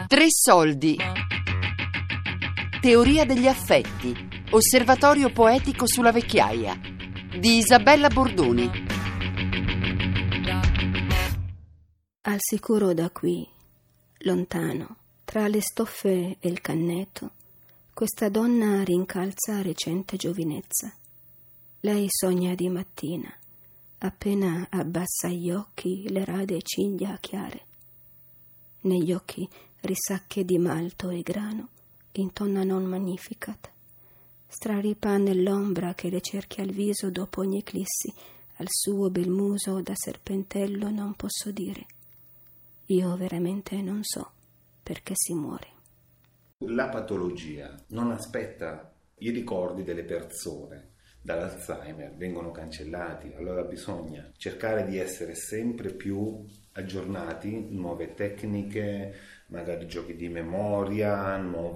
Tre soldi. Teoria degli affetti. Osservatorio poetico sulla vecchiaia di Isabella Bordoni. Al sicuro da qui, lontano, tra le stoffe e il canneto, questa donna rincalza recente giovinezza. Lei sogna di mattina, appena abbassa gli occhi le rade ciglia chiare. Negli occhi risacche di malto e grano intonano un Magnificat. Straripa nell'ombra che le cerchia il viso dopo ogni eclissi, al suo bel muso da serpentello non posso dire. Io veramente non so perché si muore. La patologia non aspetta i ricordi delle persone. Dall'Alzheimer vengono cancellati, allora bisogna cercare di essere sempre più aggiornati, nuove tecniche, magari giochi di memoria,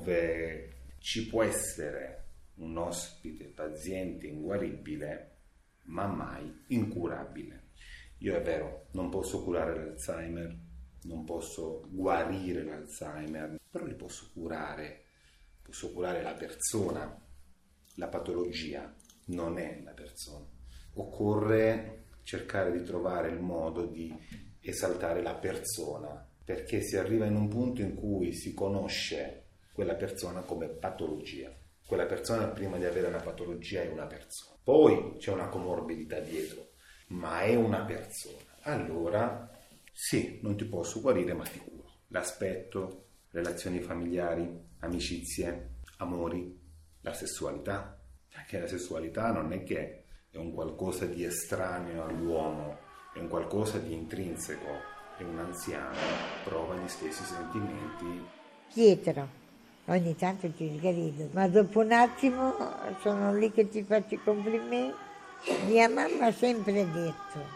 ci può essere un ospite paziente inguaribile, ma mai incurabile. Io è vero, non posso curare l'Alzheimer, non posso guarire l'Alzheimer, però li posso curare la persona. La patologia non è la persona. Occorre cercare di trovare il modo di esaltare la persona, perché si arriva in un punto in cui si conosce quella persona come patologia. Quella persona, prima di avere una patologia, è una persona. Poi c'è una comorbidità dietro, ma è una persona. Allora, sì, non ti posso guarire, ma ti curo. L'aspetto, relazioni familiari, amicizie, amori, la sessualità. Perché la sessualità non è che è un qualcosa di estraneo all'uomo, è un qualcosa di intrinseco. E un anziano prova gli stessi sentimenti. Dietro, ogni tanto ci sgrido, ma dopo un attimo sono lì che ti faccio i complimenti. Mia mamma ha sempre detto,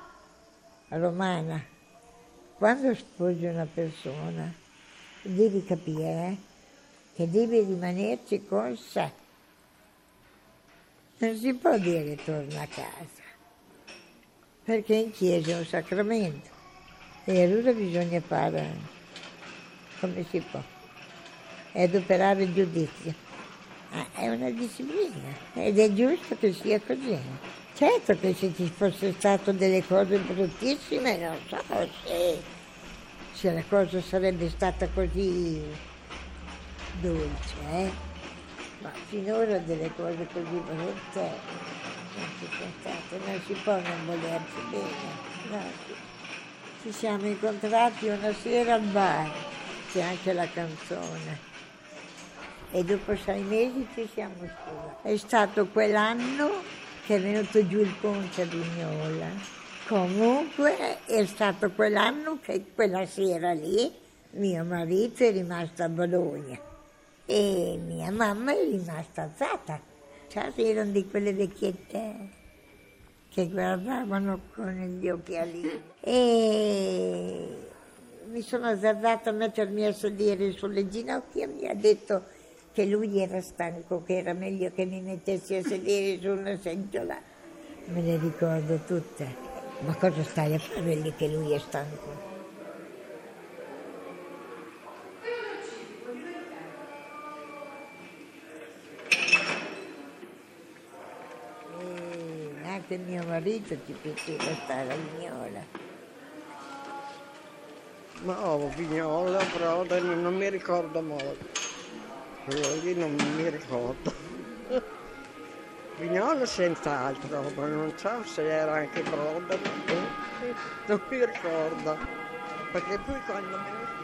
Romana, quando sposi una persona devi capire che devi rimanerci con sé. Non si può dire torna a casa, perché in chiesa è un sacramento. E allora bisogna fare come si può e adoperare il giudizio. È una disciplina ed è giusto che sia così. Certo che se ci fosse stato delle cose bruttissime, non so se la cosa sarebbe stata così dolce, ma finora delle cose così brutte non ci sono state, non si può non volersi bene, no. Ci siamo incontrati una sera al bar, c'è anche la canzone, e dopo 6 mesi ci siamo sposati. È stato quell'anno che è venuto giù il ponte a Vignola. Comunque è stato quell'anno che quella sera lì mio marito è rimasto a Bologna e mia mamma è rimasta alzata. Cioè, erano di quelle vecchiette che guardavano con gli occhiali. E mi sono azzardata a mettermi a sedere sulle ginocchia, mi ha detto che lui era stanco, che era meglio che mi mettessi a sedere su una seggiola. Me le ricordo tutte. Ma cosa stai a fare lì che lui è stanco? Anche mio marito ci piaceva stare a Vignola. No, Vignola, Broda, non mi ricordo molto. Quello lì non mi ricordo. Vignola senz'altro, ma non so se era anche Broda, non mi ricordo. Perché poi quando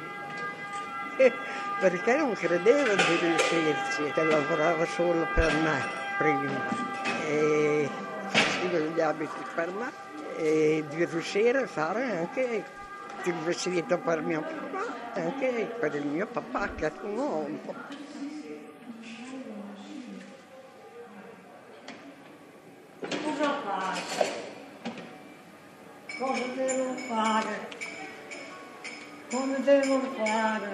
perché non credevo di riuscirci, che lavorava solo per me prima. E gli abiti per me e di riuscire a fare anche il vestito per mio papà e anche per il mio papà che è un uomo. Cosa fare? Cosa devo fare? Come devo fare?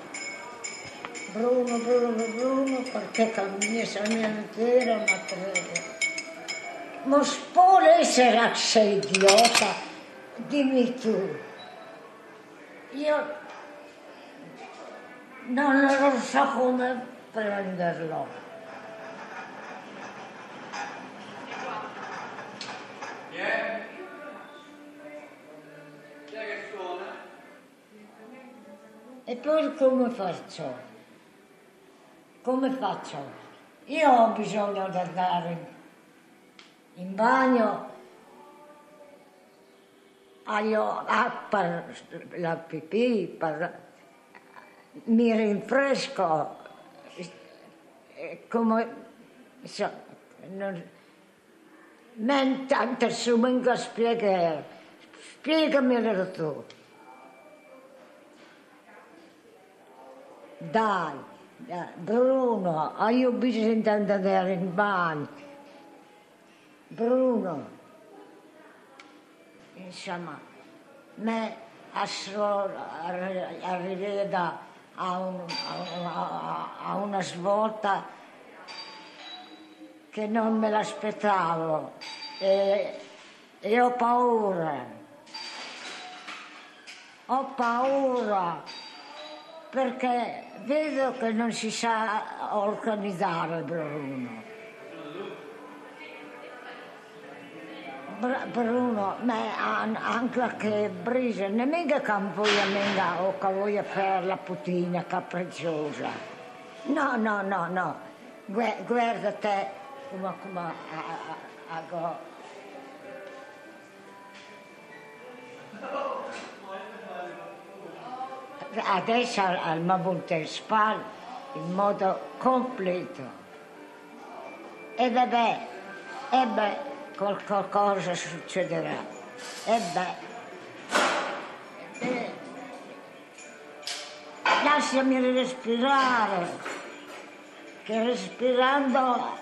Bruno, perché cammina intera una treve. Ma può essere assai idiota? Dimmi tu. Io Non so come prenderlo. Chi è? Chi è che suona? E poi come faccio? Come faccio? Io ho bisogno di andare in bagno per la pipì, mi rinfresco, come mentre su vengo spiegamelo tu. Dai, Bruno, io ho bisogno di andare in bagno. Bruno, insomma, me arriva a una svolta che non me l'aspettavo e ho paura. Ho paura perché vedo che non si sa organizzare Bruno. Bruno, anche che brisa, non mica che voglia o che voglia fare la putina capricciosa. No. Guarda te come adesso mi ha avuto le spalle in modo completo. E vabbè, qualcosa succederà. Lasciami respirare, che respirando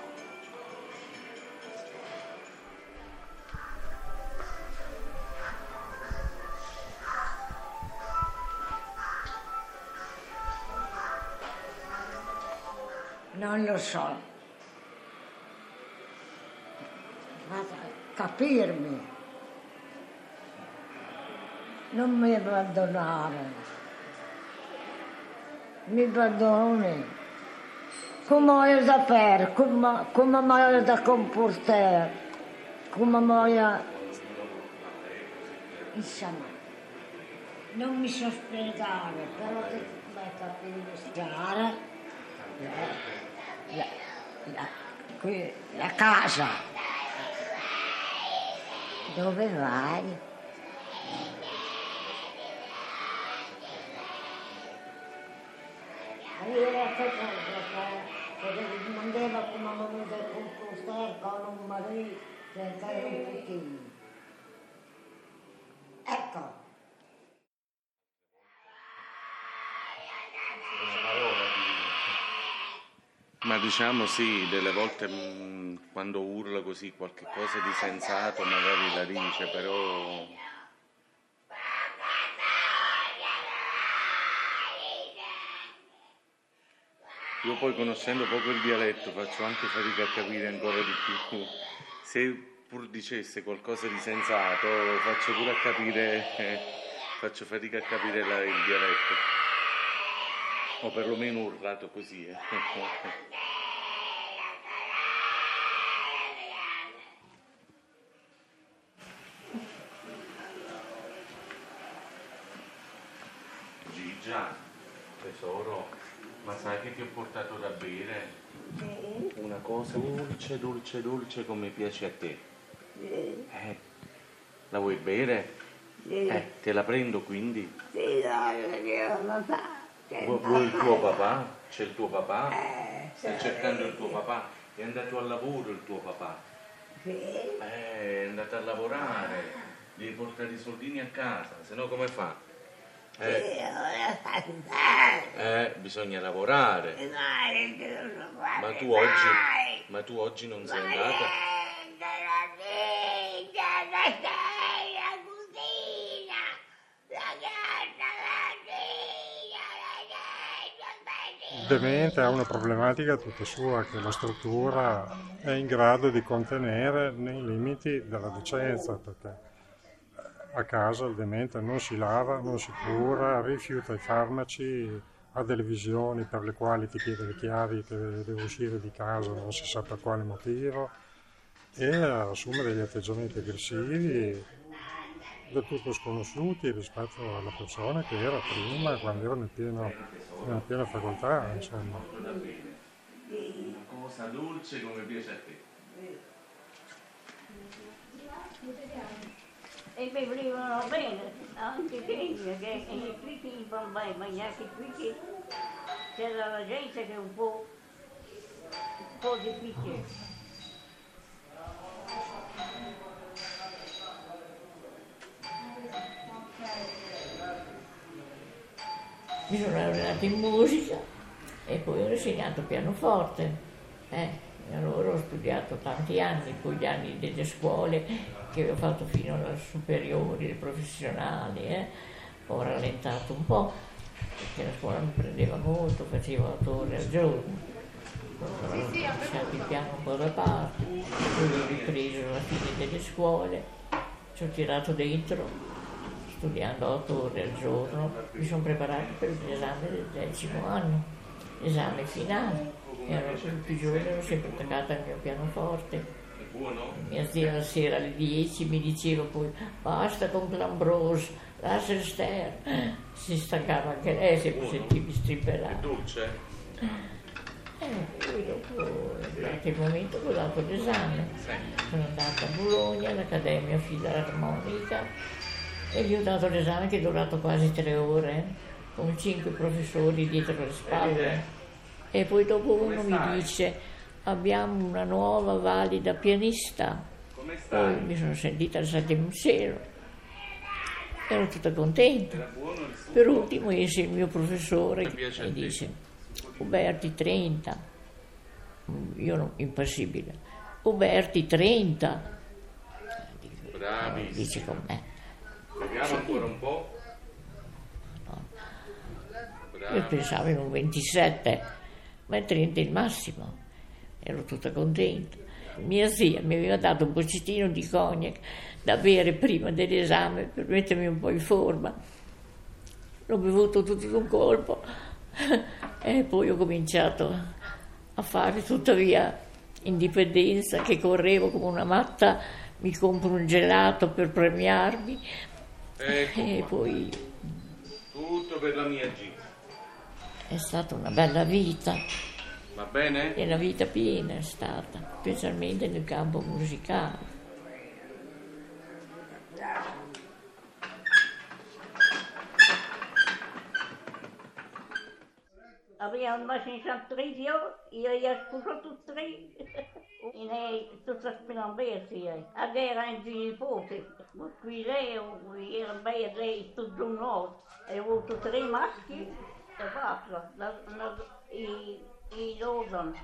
non lo so. Capirmi, non mi abbandonare, mi abbandoni, come ho da fare, come ho da comportare, come ho insomma, non mi so spiegare, però che mi capire stare, la casa. Dove vai? Allora che mi mandava come uno del composter con un marito senza un pochino. Ecco. Ma diciamo sì, delle volte quando urla così qualche cosa di sensato magari la dice, però io poi conoscendo poco il dialetto faccio anche fatica a capire ancora di più. Se pur dicesse qualcosa di sensato faccio fatica a capire il dialetto, o perlomeno urlato così. Gigia, tesoro, ma sai che ti ho portato da bere? Sì. Una cosa dolce come piace a te. Sì. La vuoi bere? Sì. Te la prendo quindi? Sì, dai, perché non sa. Vuoi il tuo papà? C'è il tuo papà? Stai cercando il tuo papà? È andato al lavoro il tuo papà? Sì. È andato a lavorare, devi portare i soldini a casa, se no come fa? Bisogna lavorare. Ma tu oggi non sei andata? Il demente ha una problematica tutta sua, che la struttura è in grado di contenere nei limiti della decenza, perché a casa il demente non si lava, non si cura, rifiuta i farmaci ha delle visioni per le quali ti chiede le chiavi che deve uscire di casa, non si sa per quale motivo, e assume degli atteggiamenti aggressivi del tutto sconosciuti rispetto alla persona che era prima, quando era nella piena facoltà, insomma. Una cosa dolce come piace a te. E mi volevano bene, anche figlia, che qui in Bombay, ma anche qui c'era la gente che è un po' difficile. Mi sono laureata in musica e poi ho insegnato pianoforte. Allora ho studiato tanti anni, poi gli anni delle scuole che ho fatto fino alle superiori, le professionali. Ho rallentato un po' perché la scuola mi prendeva molto, facevo 8 ore al giorno. Ho lasciato il piano un po' da parte, poi ho ripreso alla fine delle scuole, ci ho tirato dentro. Studiando 8 ore al giorno, mi sono preparata per l'esame del 10° anno, l'esame finale. Ero il più giovane, ero sempre attaccata al mio pianoforte. Mia zia la sera alle 10 mi diceva poi basta con Clambrose, lascia stare. Si stancava anche lei, sempre sentivi strimpellare. È dolce? Poi dopo è arrivato il momento che ho dato l'esame. Sono andata a Bologna, all'Accademia Filarmonica, e gli ho dato l'esame che è durato quasi 3 ore, con 5 professori dietro le spalle. E poi dopo uno mi dice abbiamo una nuova valida pianista. Poi mi sono sentita alzata in cielo, ero tutta contenta. Per ultimo esce il mio professore e dice Uberti 30, io non, impassibile, Uberti 30. Bravissimo. Dice con me. Vediamo ancora un po'. No. Bravi. Io pensavo in un 27, ma è 30 il massimo. Ero tutta contenta. Mia zia mi aveva dato un boccettino di cognac da bere prima dell'esame per mettermi un po' in forma. L'ho bevuto tutto d'un colpo e poi ho cominciato a fare tuttavia indipendenza, che correvo come una matta, mi compro un gelato per premiarmi. Ecco E qua. poi Tutto per la mia G. è stata una bella vita, Va bene? e una vita piena è stata, specialmente nel campo musicale. Abbiamo lasciato 3 io ho sposato 3 e lei tutta spinamberti. Ed era in nipote, qui lei era lei tutto un nuovo. E ho avuto 3 maschi e basta, i Logan.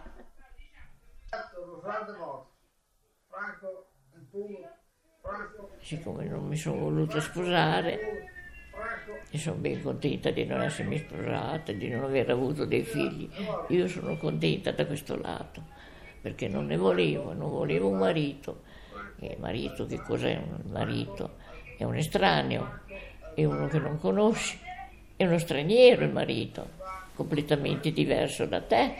Siccome non mi sono voluta sposare, e sono ben contenta di non essermi sposata, di non aver avuto dei figli. Io sono contenta da questo lato, perché non ne volevo, non volevo un marito. E il marito, che cos'è un marito? È un estraneo, è uno che non conosci, è uno straniero il marito, completamente diverso da te.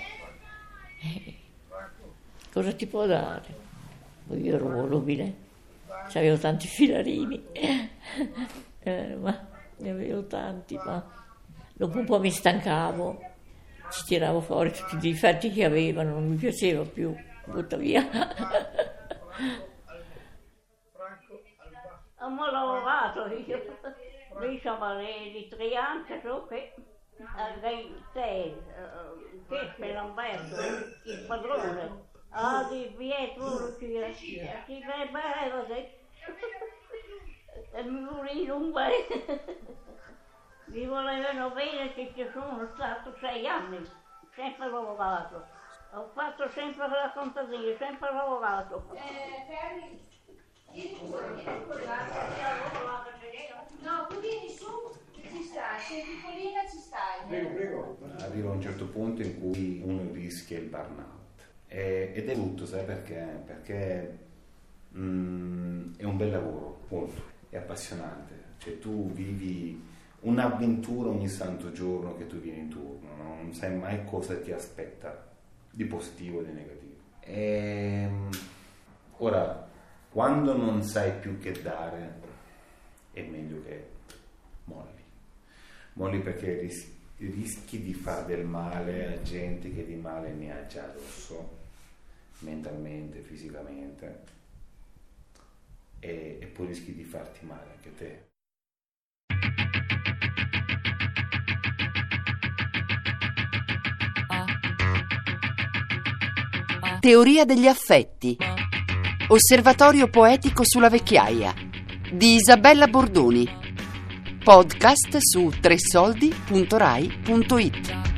Cosa ti può dare? Io ero volubile, avevo tanti filarini, ma ne avevo tanti, ma dopo un po' mi stancavo, ci tiravo fuori tutti i difetti che avevano, non mi piaceva più, butta via. Ho lavorato io, diciamo di 3 anni, che per Lamberto, il padrone, di Pietro, si beveva, e mi volevano bene, mi volevano bene, che ci sono stato 6 anni, sempre lavorato, ho fatto sempre la contadina, sempre lavorato. No, tu vieni su, ci stai, se di Polina ci stai. Prego. Arriva a un certo punto in cui uno rischia il burnout. Ed è brutto, sai perché? Perché è un bel lavoro, molto, è appassionante. Cioè tu vivi un'avventura ogni santo giorno che tu vieni in turno, no? Non sai mai cosa ti aspetta di positivo o di negativo. Ora, quando non sai più che dare, è meglio che molli perché rischi di fare del male a gente che di male ne ha già addosso, mentalmente, fisicamente, e poi rischi di farti male anche te. Teoria degli affetti. Osservatorio poetico sulla vecchiaia di Isabella Bordoni. Podcast su 3soldi.rai.it.